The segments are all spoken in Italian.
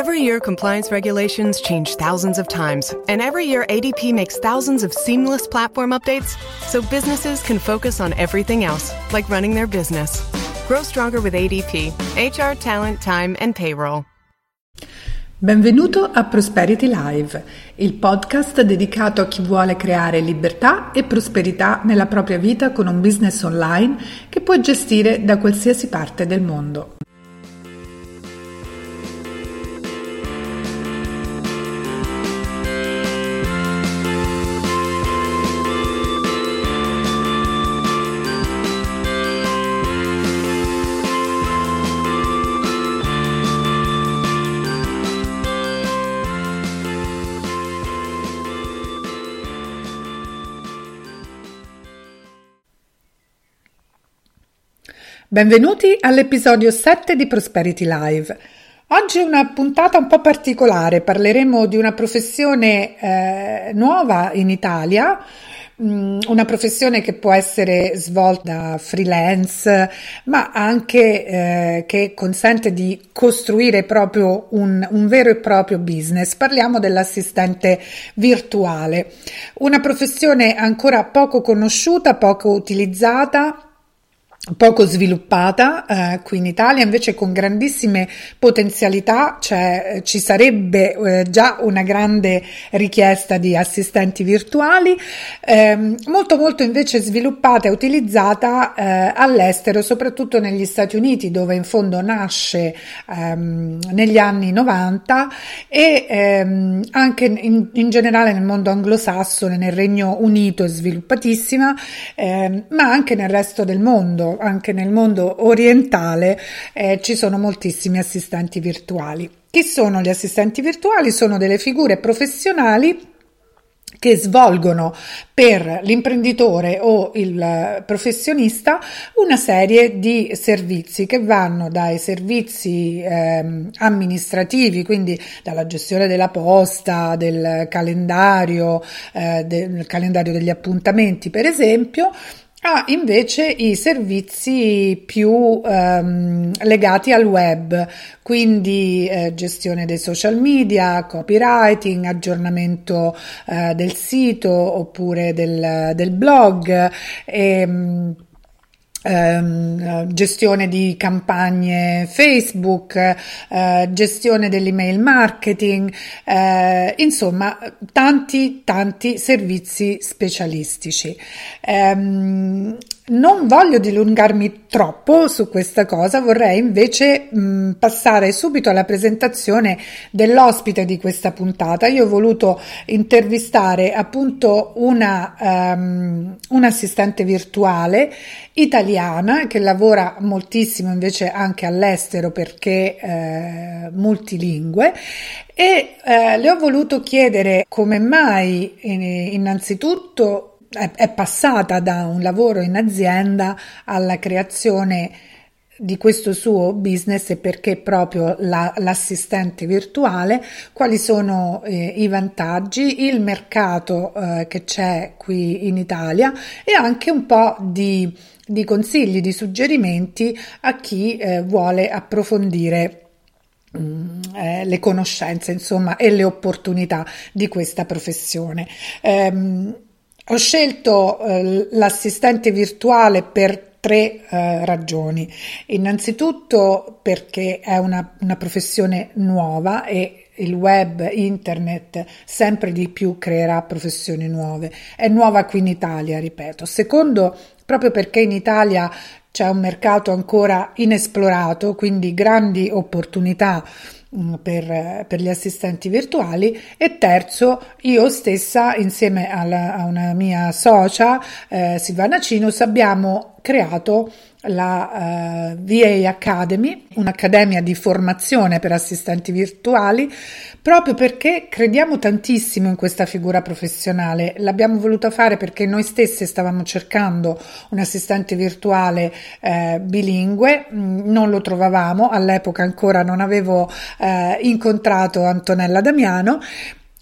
Every year, compliance regulations change thousands of times, and every year ADP makes thousands of seamless platform updates so businesses can focus on everything else, like running their business. Grow stronger with ADP, HR, talent, time, and payroll. Benvenuto a Prosperity Live, il podcast dedicato a chi vuole creare libertà e prosperità nella propria vita con un business online che può gestire da qualsiasi parte del mondo. Benvenuti all'episodio 7 di Prosperity Live. Oggi è una puntata un po' particolare, parleremo di una professione nuova in Italia, una professione che può essere svolta da freelance, ma anche che consente di costruire proprio un vero e proprio business. Parliamo dell'assistente virtuale, una professione ancora poco conosciuta, poco utilizzata, poco sviluppata qui in Italia, invece con grandissime potenzialità, cioè ci sarebbe già una grande richiesta di assistenti virtuali, molto invece sviluppata e utilizzata all'estero, soprattutto negli Stati Uniti, dove in fondo nasce negli anni 90 e anche in generale nel mondo anglosassone, nel Regno Unito è sviluppatissima, ma anche nel resto del mondo. Anche nel mondo orientale ci sono moltissimi assistenti virtuali. Chi sono gli assistenti virtuali? Sono delle figure professionali che svolgono per l'imprenditore o il professionista una serie di servizi che vanno dai servizi amministrativi, quindi dalla gestione della posta, del calendario degli appuntamenti per esempio, invece i servizi più legati al web, quindi gestione dei social media, copywriting, aggiornamento del sito oppure del blog, gestione di campagne Facebook, gestione dell'email marketing, insomma tanti servizi specialistici. Non voglio dilungarmi troppo su questa cosa, vorrei invece passare subito alla presentazione dell'ospite di questa puntata. Io ho voluto intervistare appunto una assistente virtuale italiana che lavora moltissimo invece anche all'estero perché multilingue, e le ho voluto chiedere come mai innanzitutto è passata da un lavoro in azienda alla creazione di questo suo business e perché proprio l'assistente virtuale, quali sono i vantaggi, il mercato che c'è qui in Italia e anche un po' di consigli, di suggerimenti a chi vuole approfondire le conoscenze, insomma, e le opportunità di questa professione. Ho scelto l'assistente virtuale per tre ragioni. Innanzitutto perché è una professione nuova e il web, internet sempre di più creerà professioni nuove. È nuova qui in Italia, ripeto. Secondo, proprio perché in Italia c'è un mercato ancora inesplorato, quindi grandi opportunità per gli assistenti virtuali. E terzo, io stessa insieme a una mia socia Silvana Cinus abbiamo creato la VA Academy, un'accademia di formazione per assistenti virtuali, proprio perché crediamo tantissimo in questa figura professionale. L'abbiamo voluta fare perché noi stesse stavamo cercando un assistente virtuale bilingue, non lo trovavamo, all'epoca ancora non avevo incontrato Antonella Damiano,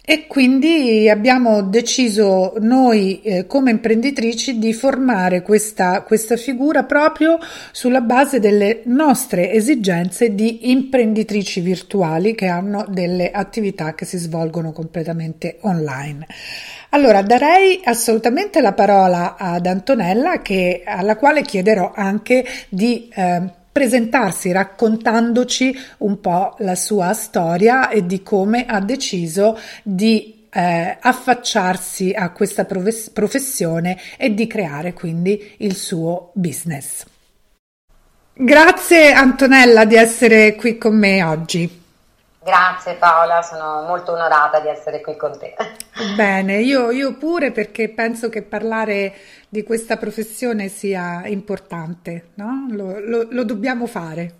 E quindi abbiamo deciso noi come imprenditrici di formare questa figura proprio sulla base delle nostre esigenze di imprenditrici virtuali che hanno delle attività che si svolgono completamente online. Allora, darei assolutamente la parola ad Antonella, alla quale chiederò anche di presentarsi raccontandoci un po' la sua storia e di come ha deciso di affacciarsi a questa professione e di creare quindi il suo business. Grazie Antonella di essere qui con me oggi. Grazie Paola, sono molto onorata di essere qui con te. Bene, io pure, perché penso che parlare di questa professione sia importante, no? Lo dobbiamo fare.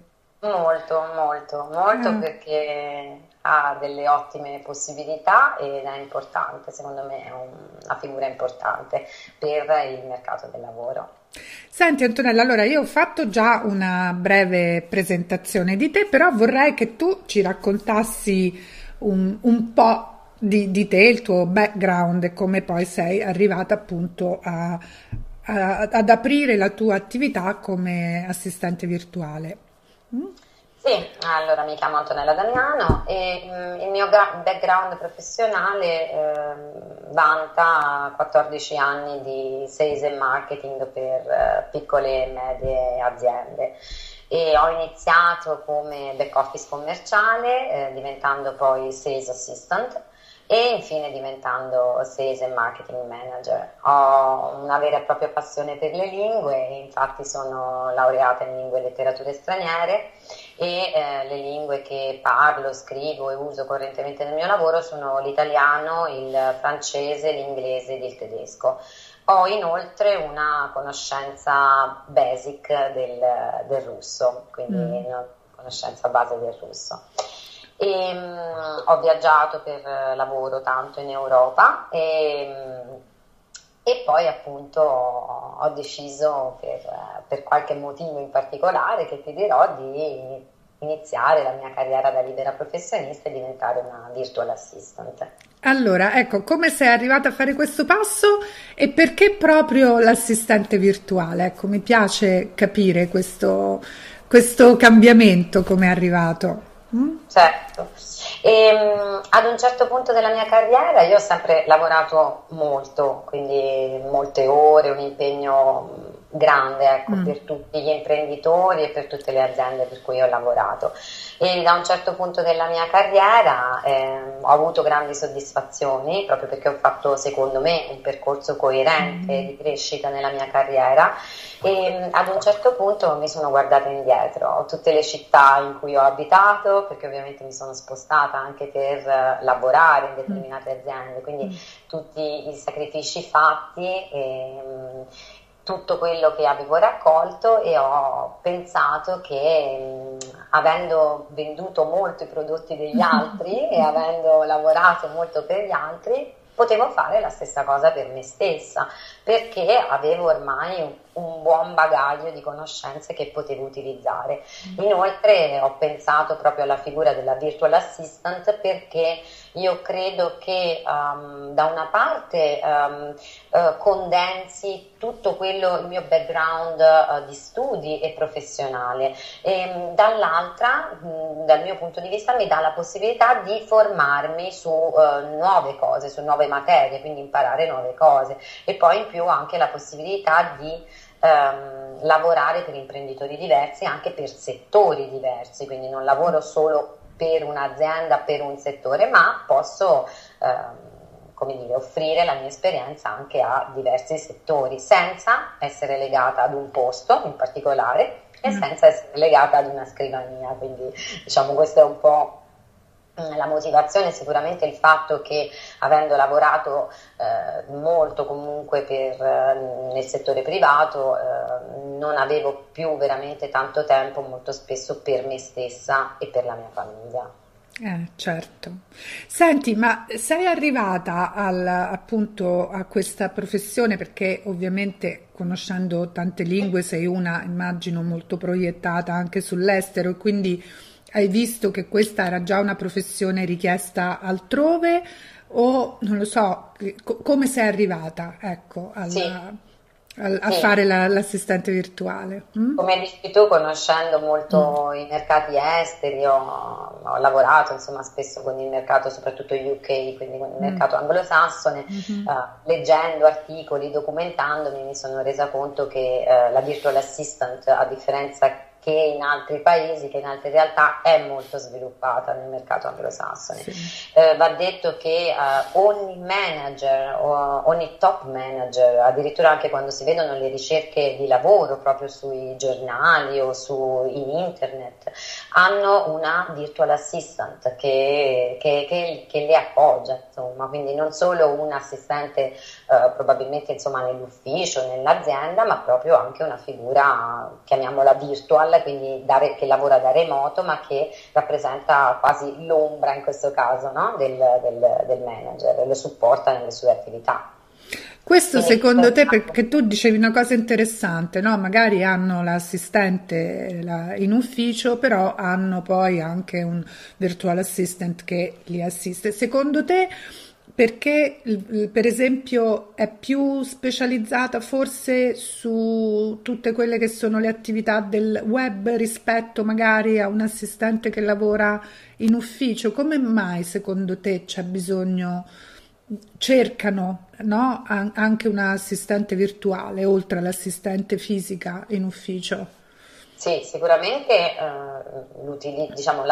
Molto, perché ha delle ottime possibilità ed è importante, secondo me è una figura importante per il mercato del lavoro. Senti Antonella, allora io ho fatto già una breve presentazione di te, però vorrei che tu ci raccontassi un po' di te, il tuo background e come poi sei arrivata appunto ad aprire la tua attività come assistente virtuale. Sì, allora mi chiamo Antonella Damiano e il mio background professionale vanta 14 anni di sales e marketing per piccole e medie aziende. E ho iniziato come back office commerciale, diventando poi sales assistant e infine diventando sales and marketing manager. Ho una vera e propria passione per le lingue, infatti sono laureata in lingue e letterature straniere e le lingue che parlo, scrivo e uso correntemente nel mio lavoro sono l'italiano, il francese, l'inglese ed il tedesco. Ho inoltre una conoscenza basic del russo, quindi una conoscenza base del russo. Ho viaggiato per lavoro tanto in Europa e poi appunto ho deciso per qualche motivo in particolare che ti dirò di iniziare la mia carriera da libera professionista e diventare una virtual assistant. Allora, ecco, come sei arrivata a fare questo passo e perché proprio l'assistente virtuale? Ecco, mi piace capire questo cambiamento, come è arrivato. Certo, ad un certo punto della mia carriera io ho sempre lavorato molto, quindi molte ore, un impegno grande, ecco, per tutti gli imprenditori e per tutte le aziende per cui ho lavorato. E da un certo punto della mia carriera ho avuto grandi soddisfazioni proprio perché ho fatto, secondo me, un percorso coerente di crescita nella mia carriera e ad un certo punto mi sono guardata indietro, tutte le città in cui ho abitato, perché ovviamente mi sono spostata anche per lavorare in determinate aziende, quindi tutti i sacrifici fatti tutto quello che avevo raccolto e ho pensato che avendo venduto molto i prodotti degli altri e avendo lavorato molto per gli altri, potevo fare la stessa cosa per me stessa, perché avevo ormai un buon bagaglio di conoscenze che potevo utilizzare. Inoltre ho pensato proprio alla figura della virtual assistant perché io credo che da una parte condensi tutto quello, il mio background di studi e professionale e dall'altra, dal mio punto di vista, mi dà la possibilità di formarmi su nuove cose, su nuove materie, quindi imparare nuove cose e poi in più anche la possibilità di lavorare per imprenditori diversi, anche per settori diversi, quindi non lavoro solo per un'azienda, per un settore, ma posso come dire, offrire la mia esperienza anche a diversi settori senza essere legata ad un posto in particolare e senza essere legata ad una scrivania, quindi diciamo questo è un po' la motivazione, sicuramente il fatto che avendo lavorato molto comunque nel settore privato non avevo più veramente tanto tempo molto spesso per me stessa e per la mia famiglia. Certo. Senti, ma sei arrivata appunto a questa professione perché ovviamente conoscendo tante lingue sei una, immagino, molto proiettata anche sull'estero e quindi hai visto che questa era già una professione richiesta altrove o non lo so, come sei arrivata, ecco, Sì, a sì. fare l'assistente virtuale? Mm? Come dici tu, conoscendo Mm. molto i mercati esteri, ho lavorato insomma spesso con il mercato, soprattutto UK, quindi con il Mm. mercato anglosassone, Mhm. leggendo articoli, documentandomi, mi sono resa conto che la virtual assistant, a differenza che in altri paesi, che in altre realtà, è molto sviluppata nel mercato anglosassone. Sì. Va detto che ogni manager, o ogni top manager, addirittura anche quando si vedono le ricerche di lavoro proprio sui giornali o in internet, hanno una virtual assistant che le appoggia, insomma, quindi non solo un assistente probabilmente insomma nell'ufficio, nell'azienda, ma proprio anche una figura, chiamiamola virtual, quindi che lavora da remoto, ma che rappresenta quasi l'ombra in questo caso, no? del manager e lo supporta nelle sue attività. Questo Quindi secondo te, perché tu dicevi una cosa interessante, no? Magari hanno l'assistente in ufficio, però hanno poi anche un virtual assistant che li assiste. Secondo te, perché per esempio è più specializzata forse su tutte quelle che sono le attività del web rispetto magari a un assistente che lavora in ufficio? Come mai secondo te c'è bisogno? Cercano, no? Anche un assistente virtuale oltre all'assistente fisica in ufficio. sì, sicuramente diciamo,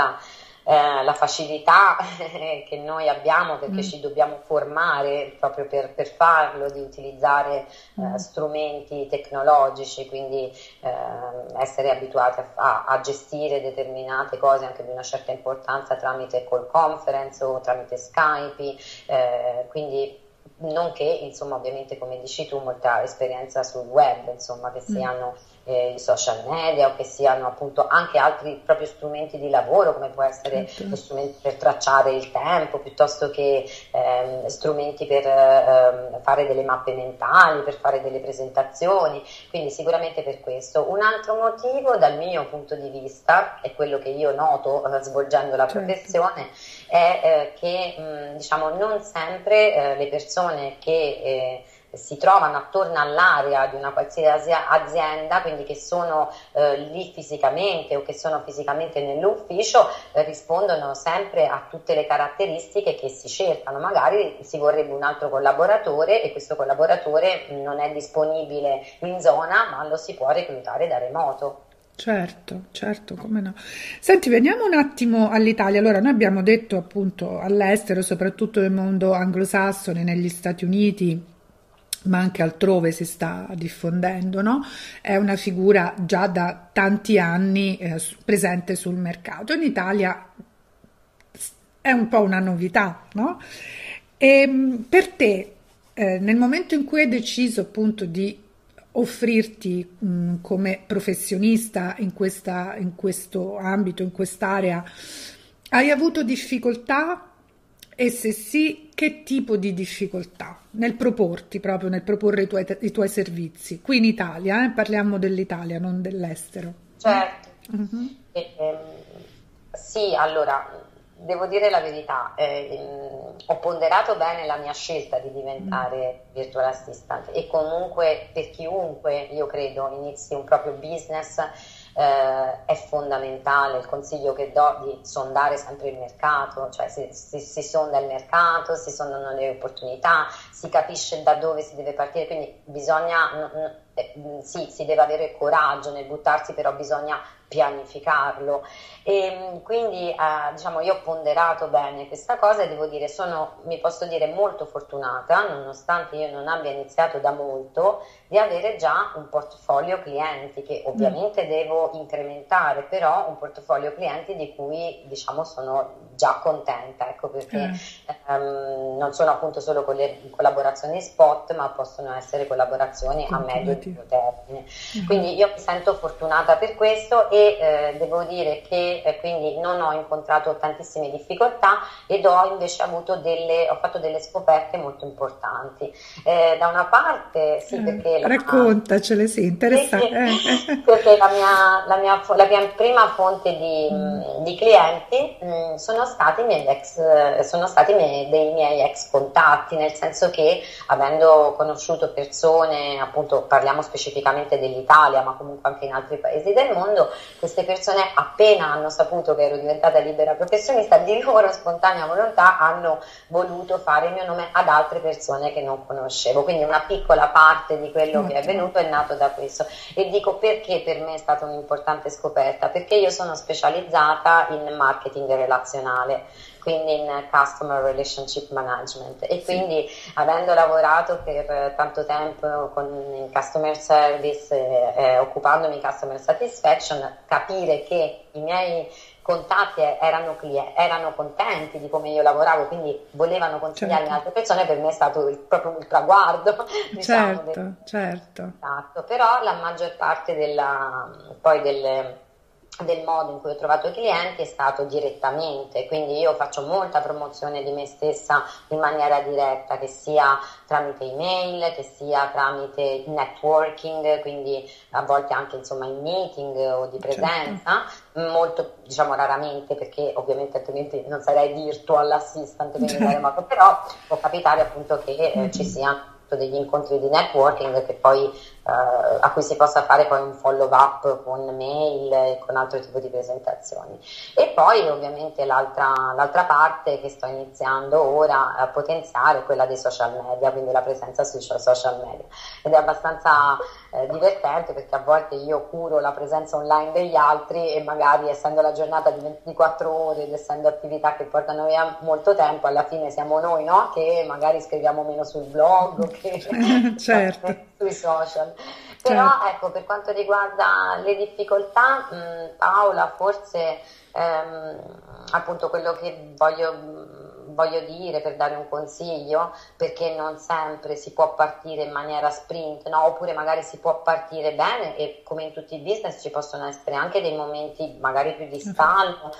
la facilità che noi abbiamo perché Mm, ci dobbiamo formare proprio per farlo, di utilizzare mm, strumenti tecnologici, quindi essere abituati a gestire determinate cose anche di una certa importanza tramite call conference o tramite Skype, quindi nonché, insomma, ovviamente come dici tu, molta esperienza sul web, insomma, che mm, siano i social media o che siano appunto anche altri proprio strumenti di lavoro, come può essere certo. lo strumento per tracciare il tempo, piuttosto che strumenti per fare delle mappe mentali, per fare delle presentazioni, quindi sicuramente per questo. Un altro motivo dal mio punto di vista, è quello che io noto svolgendo la Certo. professione, è che diciamo non sempre le persone che si trovano attorno all'area di una qualsiasi azienda, quindi che sono lì fisicamente o che sono fisicamente nell'ufficio, rispondono sempre a tutte le caratteristiche che si cercano. Magari si vorrebbe un altro collaboratore e questo collaboratore non è disponibile in zona, ma lo si può reclutare da remoto. Certo, certo, come no. Senti, veniamo un attimo all'Italia. Allora, noi abbiamo detto appunto all'estero, soprattutto nel mondo anglosassone, negli Stati Uniti, ma anche altrove si sta diffondendo, no? È una figura già da tanti anni presente sul mercato. In Italia è un po' una novità, no? E per te, nel momento in cui hai deciso appunto di offrirti come professionista in questo ambito, in quest'area, hai avuto difficoltà? E se sì, che tipo di difficoltà nel proporti, proprio nel proporre i tuoi servizi? Qui in Italia, parliamo dell'Italia, non dell'estero. Certo. Mhm. Sì, allora, devo dire la verità, ho ponderato bene la mia scelta di diventare virtual assistant e comunque per chiunque, io credo, inizi un proprio business, è fondamentale il consiglio che do di sondare sempre il mercato, cioè si sonda il mercato, si sondano le opportunità, si capisce da dove si deve partire, quindi bisogna, sì, si deve avere coraggio nel buttarsi, però bisogna pianificarlo. E quindi diciamo io ho ponderato bene questa cosa e devo dire mi posso dire molto fortunata, nonostante io non abbia iniziato da molto, di avere già un portfolio clienti che Mm, ovviamente devo incrementare, però un portfolio clienti di cui diciamo sono già contenta, ecco, perché eh, non sono appunto solo con le collaborazioni spot, ma possono essere collaborazioni a medio e continuativo. lungo termine. Mhm. Quindi io mi sento fortunata per questo e devo dire che quindi non ho incontrato tantissime difficoltà ed ho fatto delle scoperte molto importanti. Da una parte sì, perché Raccontacele, sì, interessante. perché la mia prima fonte Mm, di clienti sono sono stati dei miei ex contatti, nel senso che avendo conosciuto persone, appunto parliamo specificamente dell'Italia, ma comunque anche in altri paesi del mondo, queste persone appena hanno saputo che ero diventata libera professionista, di loro spontanea volontà hanno voluto fare il mio nome ad altre persone che non conoscevo, quindi una piccola parte di quello che è venuto è nato da questo. E dico perché per me è stata un'importante scoperta, perché io sono specializzata in marketing relazionale, quindi in Customer Relationship Management, e quindi avendo lavorato per tanto tempo in Customer Service, occupandomi di Customer Satisfaction, capire che i miei contatti erano contenti di come io lavoravo, quindi volevano consigliarmi a altre persone, per me è stato proprio il traguardo, diciamo, certo. Esatto. Però la maggior parte del modo in cui ho trovato i clienti è stato direttamente, quindi io faccio molta promozione di me stessa in maniera diretta, che sia tramite email, che sia tramite networking, quindi a volte anche insomma in meeting o di presenza, molto diciamo raramente, perché ovviamente altrimenti non sarei virtual assistant, però può capitare appunto che ci siano degli incontri di networking che poi a cui si possa fare poi un follow up con mail e con altro tipo di presentazioni. E poi ovviamente l'altra parte che sto iniziando ora a potenziare è quella dei social media, quindi la presenza sui social media, ed è abbastanza divertente, perché a volte io curo la presenza online degli altri e magari, essendo la giornata di 24 ore ed essendo attività che portano via molto tempo, alla fine siamo noi, no? Che magari scriviamo meno sul blog o che sui social. Però ecco, per quanto riguarda le difficoltà, Paola, forse appunto quello che voglio dire per dare un consiglio, perché non sempre si può partire in maniera sprint, no? Oppure magari si può partire bene, e come in tutti i business ci possono essere anche dei momenti magari più di stallo.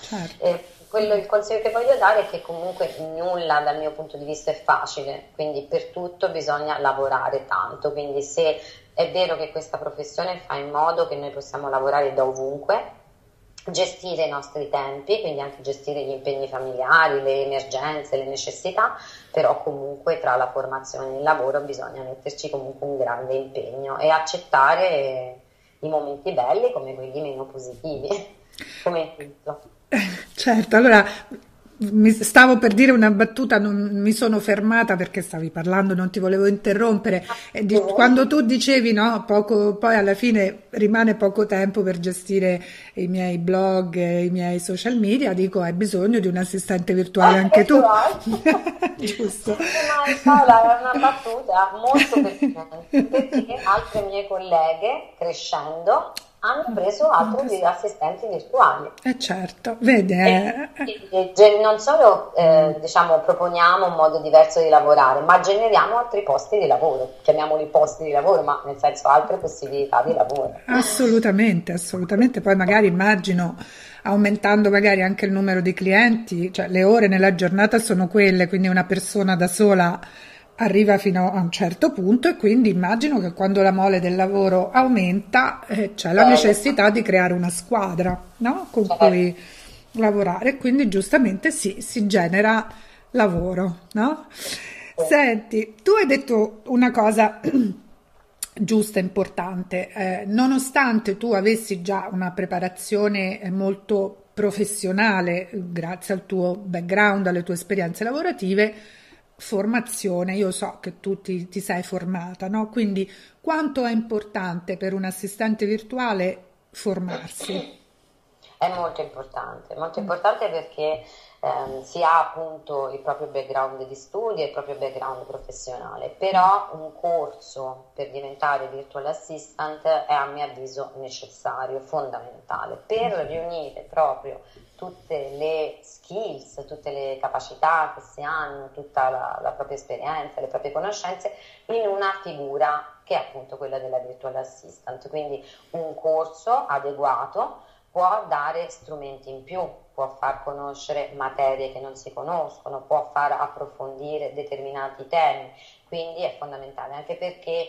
Il consiglio che voglio dare è che comunque nulla dal mio punto di vista è facile, quindi per tutto bisogna lavorare tanto, quindi se è vero che questa professione fa in modo che noi possiamo lavorare da ovunque, gestire i nostri tempi, quindi anche gestire gli impegni familiari, le emergenze, le necessità, però comunque tra la formazione e il lavoro bisogna metterci comunque un grande impegno e accettare i momenti belli come quelli meno positivi, come tutto. Certo, allora mi stavo per dire una battuta, non mi sono fermata perché stavi parlando, non ti volevo interrompere. Quando tu dicevi no, poco, poi alla fine rimane poco tempo per gestire i miei blog, i miei social media, dico hai bisogno di un assistente virtuale anche tu. Giusto. Paola, è una battuta molto pertinente, perché altre mie colleghe crescendo hanno preso altri assistenti virtuali. Certo, vede. Non solo diciamo proponiamo un modo diverso di lavorare, ma generiamo altri posti di lavoro, chiamiamoli posti di lavoro, ma nel senso altre possibilità di lavoro. Assolutamente, poi magari immagino aumentando magari anche il numero di clienti, cioè le ore nella giornata sono quelle, quindi una persona da sola arriva fino a un certo punto, e quindi immagino che quando la mole del lavoro aumenta c'è la necessità di creare una squadra, no? Con cui lavorare, quindi giustamente si genera lavoro, no? Senti, tu hai detto una cosa giusta, importante, nonostante tu avessi già una preparazione molto professionale grazie al tuo background, alle tue esperienze lavorative, formazione, io so che tu ti sei formata, no? Quindi quanto è importante per un assistente virtuale formarsi? È molto importante perché si ha appunto il proprio background di studi e il proprio background professionale, però un corso per diventare virtual assistant è a mio avviso necessario, fondamentale, per riunire proprio tutte le skills, tutte le capacità che si hanno, tutta la propria esperienza, le proprie conoscenze in una figura che è appunto quella della virtual assistant. Quindi un corso adeguato può dare strumenti in più, può può far conoscere materie che non si conoscono, può far approfondire determinati temi, quindi è fondamentale anche perché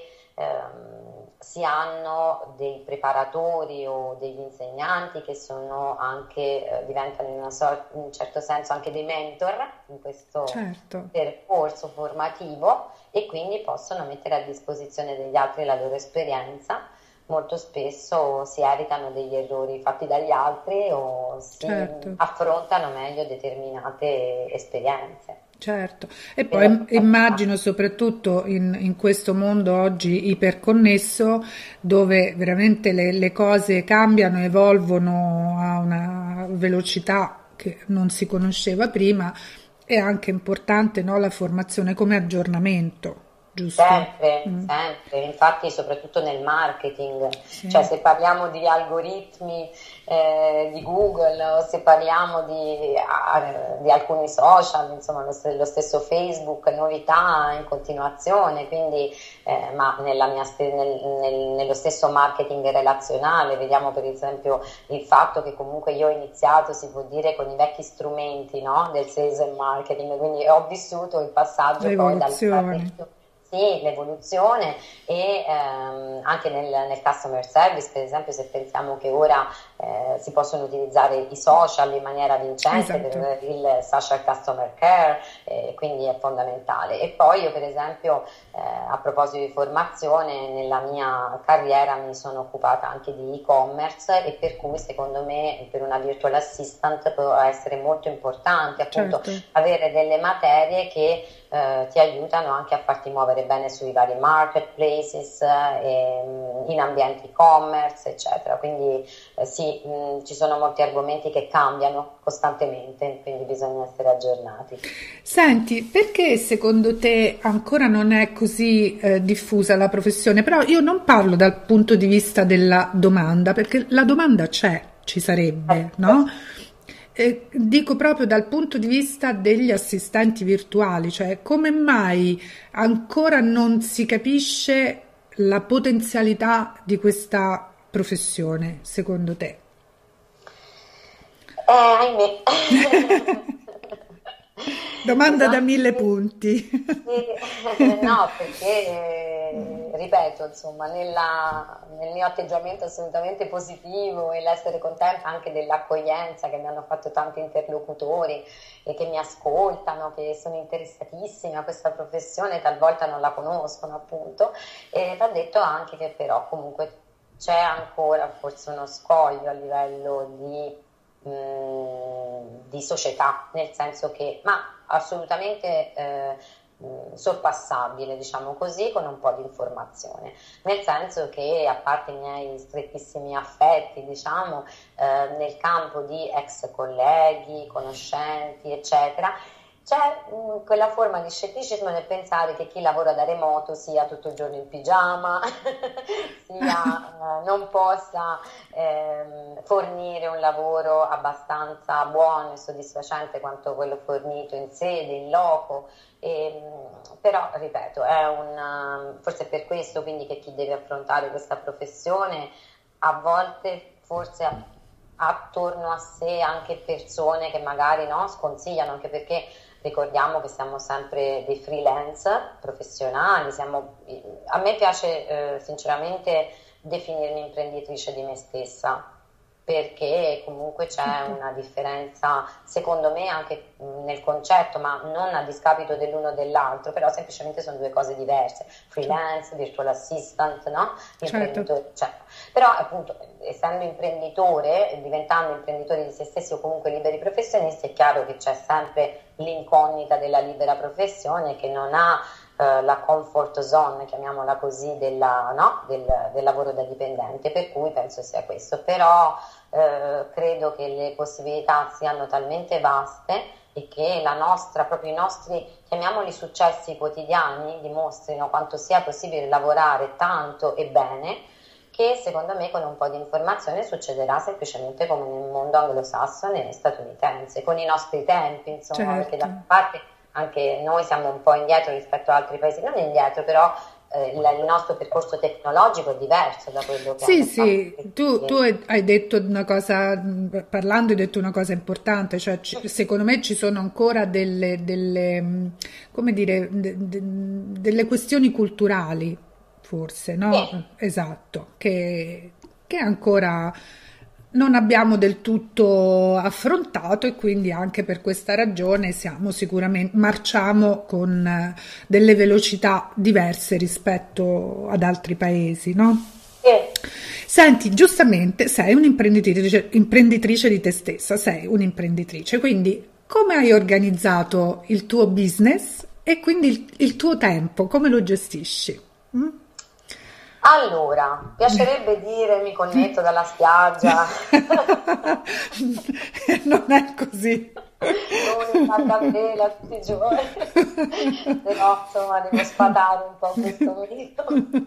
si hanno dei preparatori o degli insegnanti che sono anche, diventano in un certo senso anche dei mentor in questo percorso formativo e quindi possono mettere a disposizione degli altri la loro esperienza. Molto spesso si evitano degli errori fatti dagli altri o si affrontano meglio determinate esperienze. Certo, e poi immagino soprattutto in questo mondo oggi iperconnesso dove veramente le cose cambiano, evolvono a una velocità che non si conosceva prima, è anche importante, no, la formazione come aggiornamento, giusto? Sempre, infatti soprattutto nel marketing, cioè se parliamo di algoritmi di Google o se parliamo di alcuni social, insomma lo stesso Facebook, novità in continuazione, quindi ma nello stesso marketing relazionale, vediamo per esempio il fatto che comunque io ho iniziato, si può dire, con i vecchi strumenti, no, del sales and marketing, quindi ho vissuto il passaggio poi l'evoluzione e anche nel customer service, per esempio, se pensiamo che ora si possono utilizzare i social in maniera vincente per il social customer care, quindi è fondamentale. E poi io per esempio a proposito di formazione, nella mia carriera mi sono occupata anche di e-commerce e per cui secondo me per una virtual assistant può essere molto importante appunto avere delle materie che ti aiutano anche a farti muovere bene sui vari marketplaces, in ambienti e-commerce, eccetera. Quindi ci sono molti argomenti che cambiano costantemente, quindi bisogna essere aggiornati. Senti, perché secondo te ancora non è così diffusa la professione? Però io non parlo dal punto di vista della domanda, perché la domanda ci sarebbe, no? Dico proprio dal punto di vista degli assistenti virtuali, cioè come mai ancora non si capisce la potenzialità di questa professione, secondo te? Ahimè. Domanda da 1000 punti. No, perché ripeto, insomma, nel mio atteggiamento assolutamente positivo e l'essere contenta anche dell'accoglienza che mi hanno fatto tanti interlocutori e che mi ascoltano, che sono interessatissimi a questa professione, talvolta non la conoscono appunto, e va detto anche che però comunque c'è ancora forse uno scoglio a livello di società, nel senso che, ma assolutamente sorpassabile, diciamo così, con un po' di informazione, nel senso che a parte i miei strettissimi affetti, diciamo, nel campo di ex colleghi, conoscenti, eccetera, c'è quella forma di scetticismo nel pensare che chi lavora da remoto sia tutto il giorno in pigiama, non possa fornire un lavoro abbastanza buono e soddisfacente quanto quello fornito in sede, in loco. Però, ripeto, forse è per questo quindi che chi deve affrontare questa professione a volte forse ha attorno a sé anche persone che magari sconsigliano, anche perché ricordiamo che siamo sempre dei freelance professionali, a me piace sinceramente definirmi imprenditrice di me stessa, perché comunque c'è una differenza secondo me anche nel concetto, ma non a discapito dell'uno o dell'altro, però semplicemente sono due cose diverse, freelance, virtual assistant, no? Imprenditore, eccetera. Però appunto essendo imprenditore, diventando imprenditori di se stessi o comunque liberi professionisti, è chiaro che c'è sempre l'incognita della libera professione che non ha la comfort zone, chiamiamola così, del lavoro da dipendente, per cui penso sia questo. Però credo che le possibilità siano talmente vaste e che proprio i nostri, chiamiamoli successi quotidiani, dimostrino quanto sia possibile lavorare tanto e bene, che secondo me con un po' di informazione succederà semplicemente come nel mondo anglosassone e statunitense, con i nostri tempi, insomma, perché da parte anche noi siamo un po' indietro rispetto ad altri paesi, non indietro, però il nostro percorso tecnologico è diverso da quello che Sì, hanno sì, fatto. tu hai detto una cosa, parlando hai detto una cosa importante, cioè secondo me ci sono ancora come dire, delle questioni culturali, forse, Sì. no? Esatto, che ancora non abbiamo del tutto affrontato e quindi anche per questa ragione siamo sicuramente, marciamo con delle velocità diverse rispetto ad altri paesi, no? Sì. Senti, giustamente sei un'imprenditrice di te stessa, sei un'imprenditrice, quindi come hai organizzato il tuo business e quindi il tuo tempo, come lo gestisci? Mm? Allora, piacerebbe dire mi connetto dalla spiaggia. Non è così. Con in barca a vela tutti i giorni, però insomma devo sfatare un po' questo mito.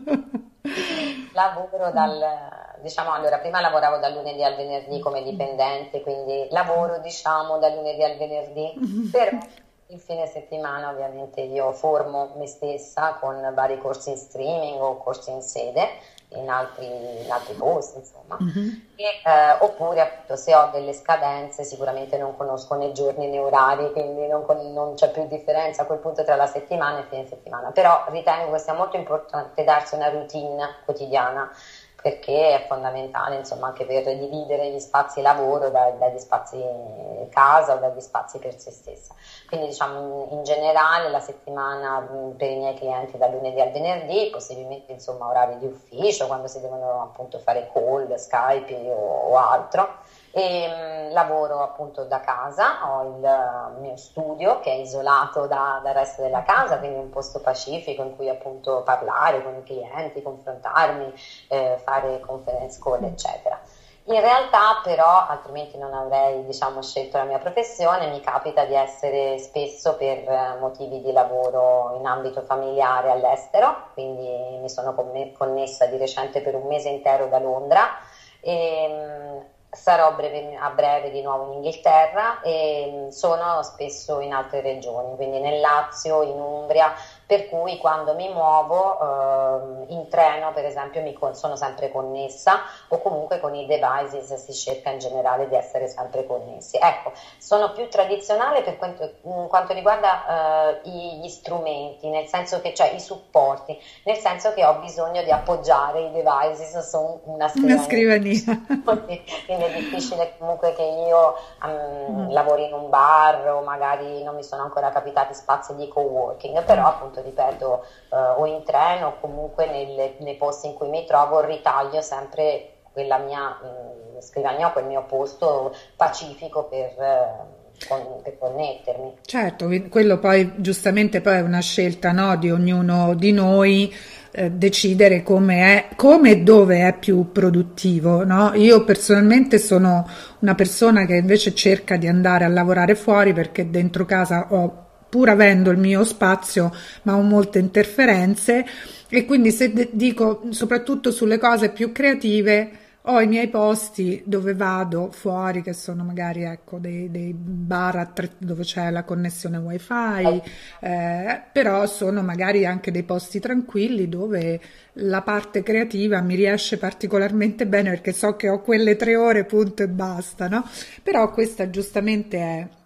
Lavoro diciamo, allora, prima lavoravo dal lunedì al venerdì come dipendente, quindi lavoro, diciamo, dal lunedì al venerdì, però il fine settimana ovviamente io formo me stessa con vari corsi in streaming o corsi in sede in altri posti, insomma. Oppure appunto se ho delle scadenze sicuramente non conosco né giorni né orari, quindi non c'è più differenza a quel punto tra la settimana e il fine settimana, però ritengo che sia molto importante darsi una routine quotidiana perché è fondamentale, insomma, anche per dividere gli spazi lavoro dagli spazi casa o dagli spazi per se stessa. Quindi diciamo in generale la settimana per i miei clienti dal lunedì al venerdì, possibilmente insomma orari di ufficio quando si devono appunto fare call, Skype o altro. E lavoro appunto da casa, ho il mio studio che è isolato dal resto della casa, quindi un posto pacifico in cui appunto parlare con i clienti, confrontarmi, fare conference call, eccetera. In realtà però, altrimenti non avrei, diciamo, scelto la mia professione, mi capita di essere spesso per motivi di lavoro in ambito familiare all'estero, quindi mi sono connessa di recente per un mese intero da Londra e sarò a breve di nuovo in Inghilterra e sono spesso in altre regioni, quindi nel Lazio, in Umbria, per cui quando mi muovo in treno per esempio sono sempre connessa o comunque con i devices si cerca in generale di essere sempre connessi. Ecco, sono più tradizionale per quanto riguarda gli strumenti, nel senso che, cioè i supporti, nel senso che ho bisogno di appoggiare i devices su una scrivania. Quindi è difficile comunque che io lavori in un bar o magari non mi sono ancora capitati spazi di coworking, però appunto ripeto o in treno o comunque nei posti in cui mi trovo ritaglio sempre quella mia scrivania o quel mio posto pacifico per connettermi. Certo, quello poi giustamente poi è una scelta, no, di ognuno di noi decidere come e dove è più produttivo, no? Io personalmente sono una persona che invece cerca di andare a lavorare fuori perché dentro casa pur avendo il mio spazio, ma ho molte interferenze e quindi se dico soprattutto sulle cose più creative ho i miei posti dove vado fuori, che sono magari ecco, dei bar dove c'è la connessione wifi, però sono magari anche dei posti tranquilli dove la parte creativa mi riesce particolarmente bene perché so che ho quelle 3 ore, punto e basta, no? Però questa giustamente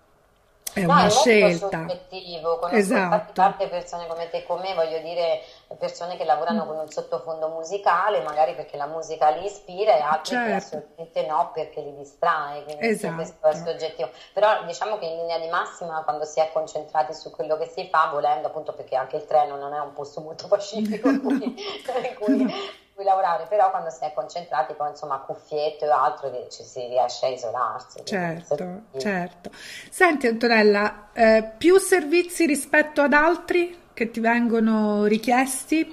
è No, una è molto scelta. soggettivo, conosco infatti Esatto, tante persone come te e come me, voglio dire, persone che lavorano con un sottofondo musicale, magari perché la musica li ispira e altri che certo, assolutamente no perché li distrae, quindi sì, questo è esatto. soggettivo. Però diciamo che in linea di massima quando si è concentrati su quello che si fa, volendo appunto perché anche il treno non è un posto molto pacifico in cui lavorare, però quando si è concentrati poi insomma cuffiette o altro ci si riesce a isolarsi. Certo, certo. Senti Antonella, più servizi rispetto ad altri che ti vengono richiesti?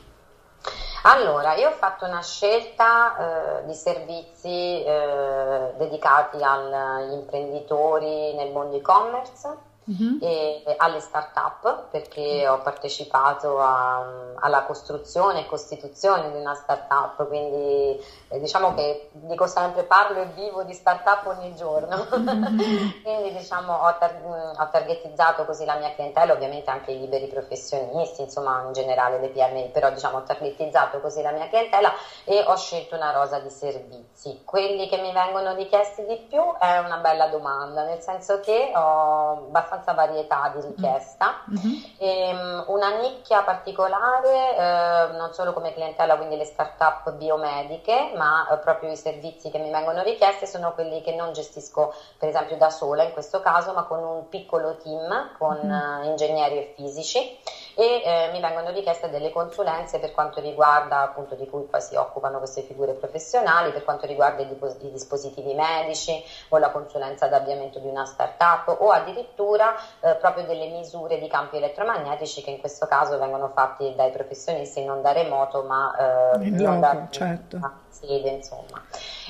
Allora, io ho fatto una scelta di servizi dedicati agli imprenditori nel mondo e-commerce e alle start-up, perché ho partecipato alla costruzione e costituzione di una start-up, quindi diciamo che dico sempre parlo e vivo di start-up ogni giorno. Quindi diciamo ho targetizzato così la mia clientela, ovviamente anche i liberi professionisti, insomma in generale le PMI, però diciamo ho targetizzato così la mia clientela e ho scelto una rosa di servizi. Quelli che mi vengono richiesti di più è una bella domanda, nel senso che ho abbastanza varietà di richiesta, e, una nicchia particolare, non solo come clientela, quindi le start-up biomediche, ma proprio i servizi che mi vengono richiesti sono quelli che non gestisco per esempio da sola in questo caso, ma con un piccolo team, con ingegneri e fisici, e mi vengono richieste delle consulenze per quanto riguarda, appunto, di cui poi si occupano queste figure professionali, per quanto riguarda i dispositivi medici o la consulenza d'avviamento di una startup, o addirittura proprio delle misure di campi elettromagnetici, che in questo caso vengono fatti dai professionisti non da remoto ma non da sede, insomma.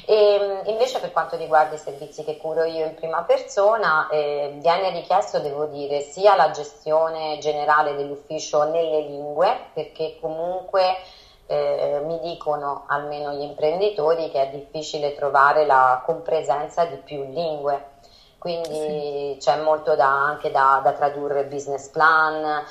E invece per quanto riguarda i servizi che curo io in prima persona, viene richiesto, devo dire, sia la gestione generale dell'ufficio nelle lingue, perché comunque mi dicono, almeno gli imprenditori, che è difficile trovare la compresenza di più lingue. Quindi c'è molto anche da tradurre business plan,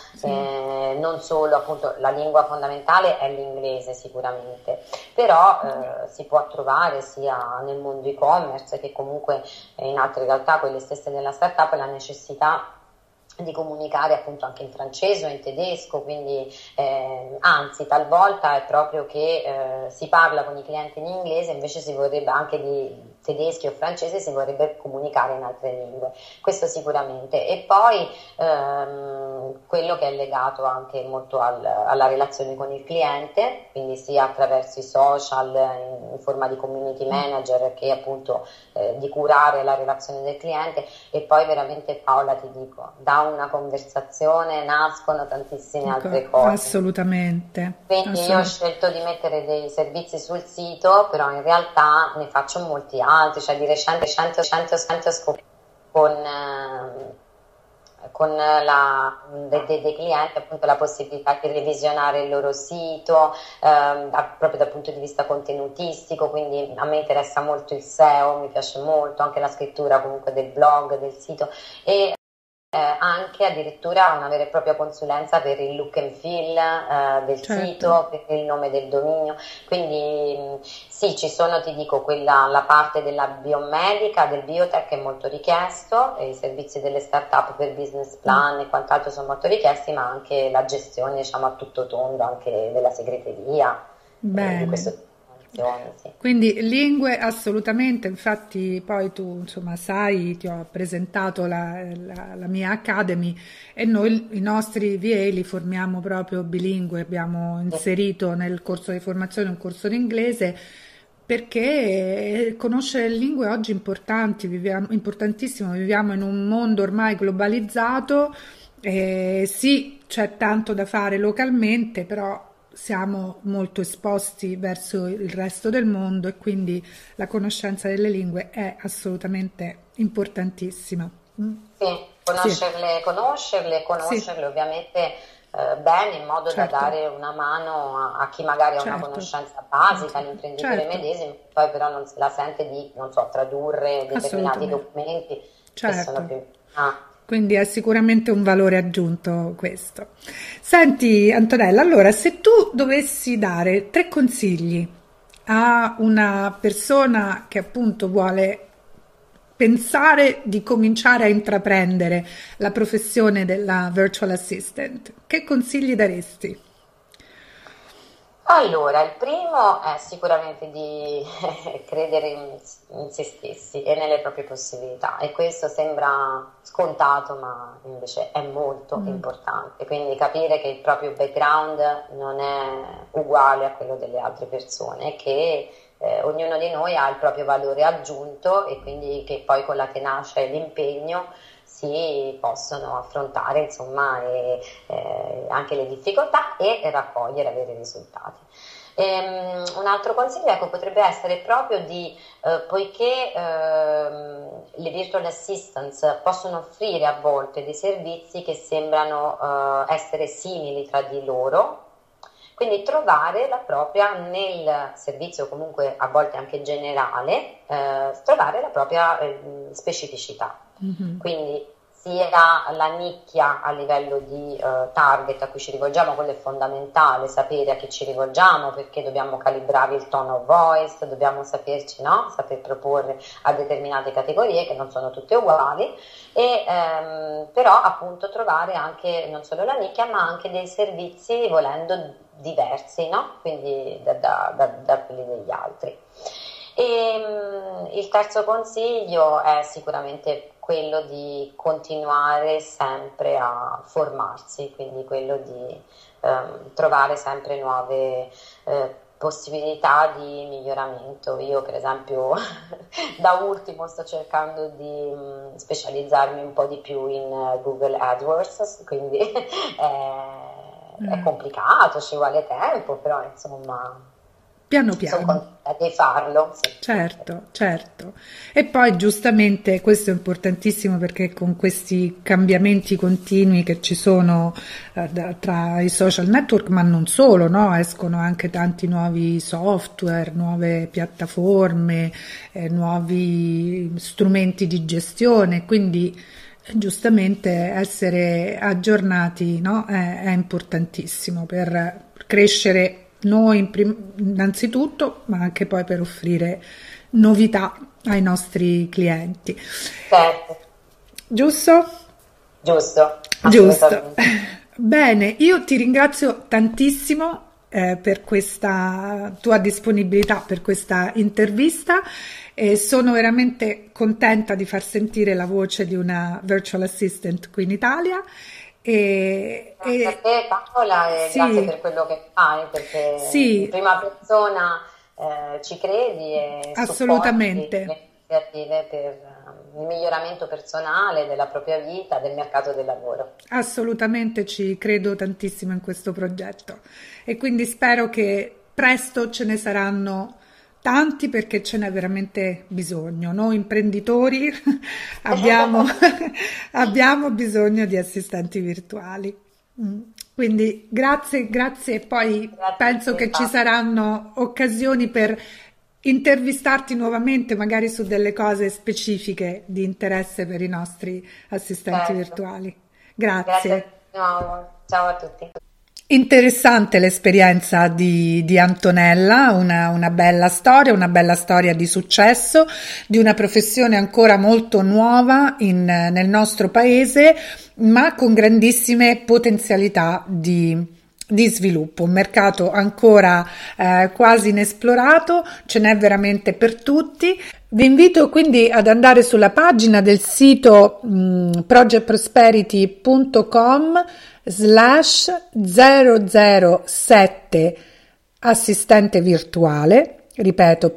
non solo, appunto la lingua fondamentale è l'inglese sicuramente, però si può trovare sia nel mondo e-commerce che comunque in altre realtà, quelle stesse della startup, la necessità di comunicare appunto anche in francese o in tedesco, quindi anzi talvolta è proprio che si parla con i clienti in inglese, invece si vorrebbe anche di tedeschi o francese, si vorrebbe comunicare in altre lingue, questo sicuramente. E poi quello che è legato anche molto alla relazione con il cliente, quindi sia attraverso i social in forma di community manager, che appunto di curare la relazione del cliente. E poi veramente, Paola, ti dico, da una conversazione nascono tantissime altre cose. Assolutamente. Quindi io ho scelto di mettere dei servizi sul sito, però in realtà ne faccio molti altri, cioè di recente 100 scoperto con dei clienti appunto la possibilità di revisionare il loro sito proprio dal punto di vista contenutistico, quindi a me interessa molto il SEO, mi piace molto anche la scrittura comunque del blog, del sito, e anche addirittura una vera e propria consulenza per il look and feel del sito, per il nome del dominio. Quindi sì, ci sono, ti dico, la parte della biomedica, del biotech è molto richiesto, e i servizi delle start-up per business plan e quant'altro sono molto richiesti, ma anche la gestione, diciamo, a tutto tondo anche della segreteria, di questo tipo. Sì. Quindi lingue assolutamente, infatti poi tu insomma sai, ti ho presentato la mia Academy, e noi i nostri VA li formiamo proprio bilingue, abbiamo inserito nel corso di formazione un corso di inglese, perché conoscere le lingue oggi è importantissimo, viviamo in un mondo ormai globalizzato, sì, c'è tanto da fare localmente, però siamo molto esposti verso il resto del mondo, e quindi la conoscenza delle lingue è assolutamente importantissima. Sì, conoscerle ovviamente bene, in modo da dare una mano a chi magari ha una conoscenza basica, all'imprenditore medesimo, poi però non se la sente di, non so, tradurre determinati documenti che sono più... Quindi è sicuramente un valore aggiunto questo. Senti Antonella, allora se tu dovessi dare 3 consigli a una persona che appunto vuole pensare di cominciare a intraprendere la professione della virtual assistant, che consigli daresti? Allora, il primo è sicuramente di credere in se stessi e nelle proprie possibilità, e questo sembra scontato, ma invece è molto importante, quindi capire che il proprio background non è uguale a quello delle altre persone, che ognuno di noi ha il proprio valore aggiunto, e quindi che poi con la tenacia e l'impegno si possono affrontare, insomma, anche le difficoltà e raccogliere, avere risultati. Un altro consiglio, ecco, potrebbe essere proprio di, poiché le virtual assistants possono offrire a volte dei servizi che sembrano essere simili tra di loro, quindi trovare la propria, nel servizio comunque a volte anche generale, trovare la propria specificità. Quindi sia la nicchia a livello di target a cui ci rivolgiamo, quello è fondamentale, sapere a chi ci rivolgiamo, perché dobbiamo calibrare il tone of voice, dobbiamo saperci, no? Saper proporre a determinate categorie che non sono tutte uguali, e però appunto trovare anche non solo la nicchia ma anche dei servizi volendo diversi, no? Quindi da quelli degli altri. E il terzo consiglio è sicuramente quello di continuare sempre a formarsi, quindi quello di trovare sempre nuove possibilità di miglioramento. Io per esempio da ultimo sto cercando di specializzarmi un po' di più in Google AdWords, quindi è complicato, ci vuole tempo, però insomma piano piano sono contenta di farlo, sì. Certo. E poi giustamente questo è importantissimo, perché con questi cambiamenti continui che ci sono tra i social network, ma non solo, no? Escono anche tanti nuovi software, nuove piattaforme, nuovi strumenti di gestione, quindi giustamente essere aggiornati, no? È importantissimo per crescere noi innanzitutto, ma anche poi per offrire novità ai nostri clienti. Certo. Giusto? Giusto. Bene, io ti ringrazio tantissimo per questa tua disponibilità, per questa intervista. Sono veramente contenta di far sentire la voce di una virtual assistant qui in Italia. Grazie a te Paola, e sì, grazie per quello che fai, perché sì, in prima persona ci credi e assolutamente supporti le iniziative per il miglioramento personale della propria vita, del mercato del lavoro. Assolutamente, ci credo tantissimo in questo progetto e quindi spero che presto ce ne saranno tanti, perché ce n'è veramente bisogno. Noi imprenditori abbiamo bisogno di assistenti virtuali. Quindi grazie e poi penso che ci saranno occasioni per intervistarti nuovamente, magari su delle cose specifiche di interesse per i nostri assistenti virtuali. Grazie. Ciao a tutti. Interessante l'esperienza di Antonella, una bella storia di successo, di una professione ancora molto nuova nel nostro paese, ma con grandissime potenzialità di sviluppo, un mercato ancora quasi inesplorato, ce n'è veramente per tutti. Vi invito quindi ad andare sulla pagina del sito projectprosperity.com/007 assistente virtuale, ripeto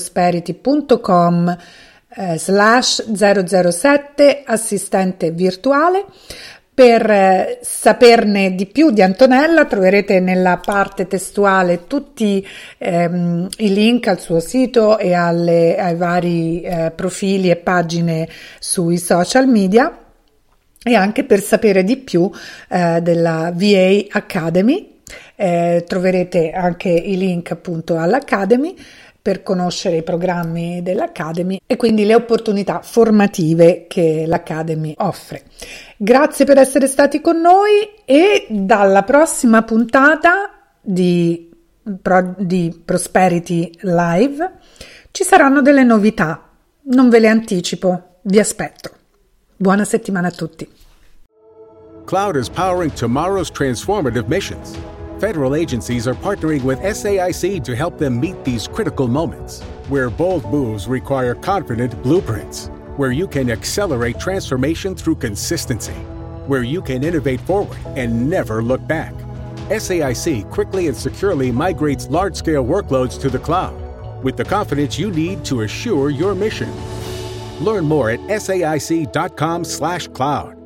projectprosperity.com/007 assistente virtuale. Per saperne di più di Antonella troverete nella parte testuale tutti i link al suo sito e ai vari profili e pagine sui social media, e anche per sapere di più della VA Academy troverete anche i link appunto all'Academy per conoscere i programmi dell'Academy e quindi le opportunità formative che l'Academy offre. Grazie per essere stati con noi e dalla prossima puntata di Prosperity Live ci saranno delle novità, non ve le anticipo, vi aspetto. Buona settimana a tutti. Cloud is powering tomorrow's transformative missions. Federal agencies are partnering with SAIC to help them meet these critical moments, where bold moves require confident blueprints, where you can accelerate transformation through consistency, where you can innovate forward and never look back. SAIC quickly and securely migrates large-scale workloads to the cloud with the confidence you need to assure your mission. Learn more at SAIC.com/cloud.